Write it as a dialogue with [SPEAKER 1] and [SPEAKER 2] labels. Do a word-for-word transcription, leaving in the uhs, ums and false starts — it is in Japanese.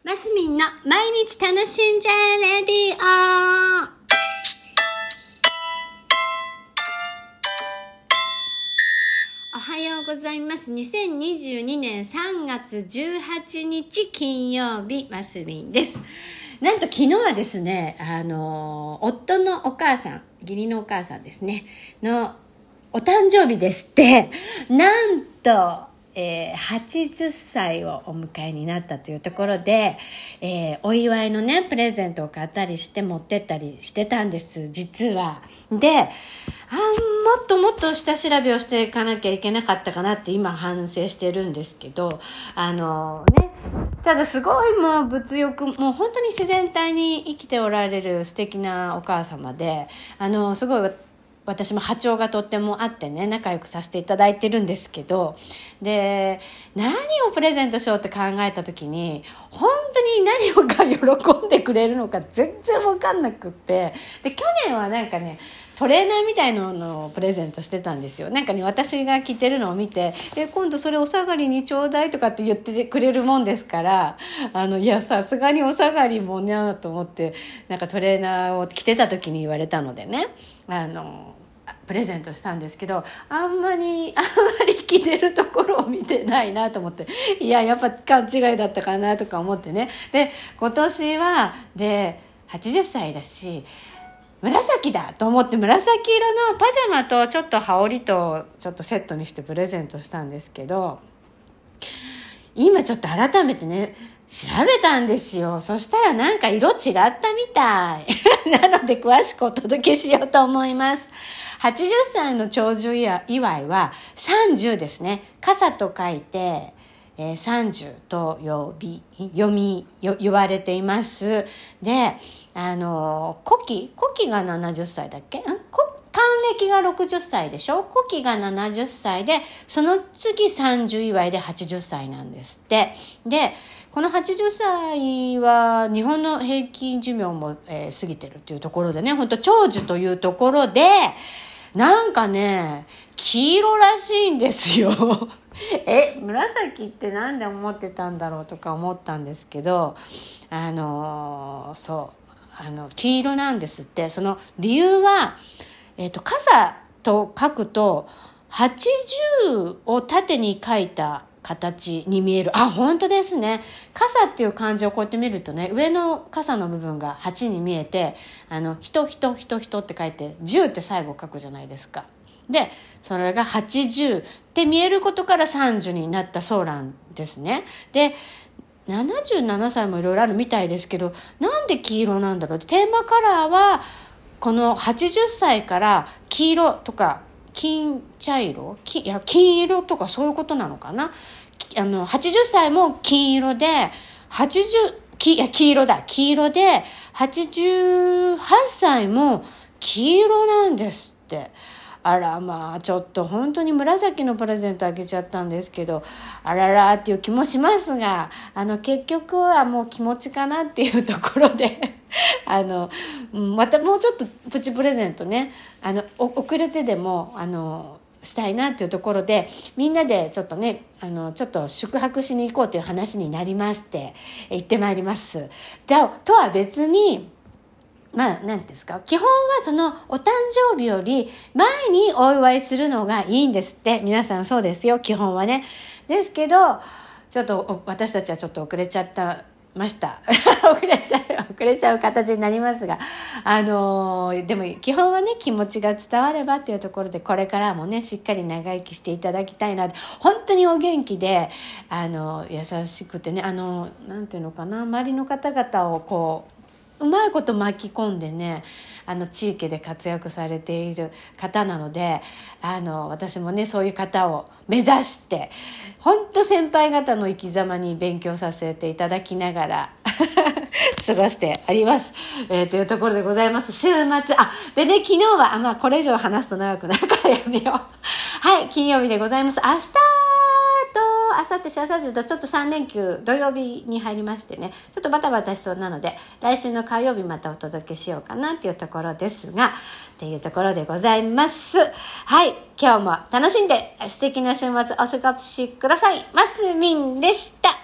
[SPEAKER 1] マスミンの毎日楽しんじゃえレディオ。おはようございます。にせんにじゅうにねんさんがつじゅうはちにち金曜日、マスミンです。なんと昨日はですね、あの夫のお母さん、義理のお母さんですねのお誕生日でして、なんとえー、はちじゅっさいをお迎えになったというところで、えー、お祝いのねプレゼントを買ったりして持ってったりしてたんです、実は。で、あもっともっと下調べをしていかなきゃいけなかったかなって今反省してるんですけど、あのねただすごいもう物欲、もう本当に自然体に生きておられる素敵なお母様で、あのすごい私も波長がとってもあってね、仲良くさせていただいてるんですけど、で何をプレゼントしようって考えた時に本当に何をか喜んでくれるのか全然分かんなくって、で去年はなんかねトレーナーみたいなのをプレゼントしてたんですよ。なんかね私が着てるのを見て、え今度それお下がりにちょうだいとかって言ってくれるもんですから、あのいやさすがにお下がりもねと思って、なんかトレーナーを着てた時に言われたのでね、あのプレゼントしたんですけど、あんまりあんまり着てるところを見てないなと思って、いややっぱ勘違いだったかなとか思ってね。で今年はではちじゅっさいだし紫だと思って、紫色のパジャマとちょっと羽織とちょっとセットにしてプレゼントしたんですけど、今ちょっと改めてね調べたんですよ。そしたらなんか色違ったみたいなので詳しくお届けしようと思います。はちじゅっさいの長寿祝いはさんじゅうですね。傘と書いて、えー、さんじゅうと呼び読みよ言われています。で、あのー、古希古希がななじゅっさいだっけ？ん還暦がろくじゅっさいでしょ。古希がななじゅっさいで、その次さんじゅう祝いではちじゅっさいなんですって。でこのはちじゅっさいは日本の平均寿命も、えー、過ぎてるっていうところでね、本当長寿というところで、なんかね黄色らしいんですよえ紫ってなんで思ってたんだろうとか思ったんですけど、あのー、そうあの黄色なんですって。その理由は、えーと、傘と書くとはちじゅうを縦に書いた形に見える。あ、本当ですね。傘っていう漢字をこうやって見るとね、上の傘の部分がはちに見えて、あの人人人人って書いてじゅうって最後書くじゃないですか。でそれがはちじゅうって見えることからさんじゅうになったそうなんですね。でななじゅうななさいもいろいろあるみたいですけど、なんで黄色なんだろうって。テーマカラーはこのはちじゅっさいから黄色とか金茶色、きいや金色とかそういうことなのかな。あのはちじゅっさいも金色で、はちじゅうきいや黄色だ黄色ではちじゅうはっさいも黄色なんですって。あらまあちょっと本当に紫のプレゼントあげちゃったんですけど、あららっていう気もしますが、あの結局はもう気持ちかなっていうところであのまたもうちょっとプチプレゼントね、あの遅れてでもあのしたいなっていうところで、みんなでちょっとねあのちょっと宿泊しに行こうという話になりまして行ってまいります。でとは別にまあ何ですか、基本はそのお誕生日より前にお祝いするのがいいんですって。皆さんそうですよ、基本はね。ですけどちょっと私たちはちょっと遅れちゃったました遅れちゃう遅れちゃう形になりますが、あのー、でも基本はね気持ちが伝わればっていうところで、これからもねしっかり長生きしていただきたいな。本当にお元気で、あのー、優しくてね、あのー、なんていうのかな、周りの方々をこううまいこと巻き込んでね、あの地域で活躍されている方なので、あの私もねそういう方を目指して本当先輩方の生き様に勉強させていただきながら過ごしてあります、えー、というところでございます。週末あでね昨日はあ、まあ、これ以上話すと長くなるからやめようはい金曜日でございます。明日あさってしあさってとちょっとさん連休土曜日に入りましてね、ちょっとバタバタしそうなので来週の火曜日またお届けしようかなっていうところですが、っていうところでございます。はい、今日も楽しんで素敵な週末お過ごしください。マスミンでした。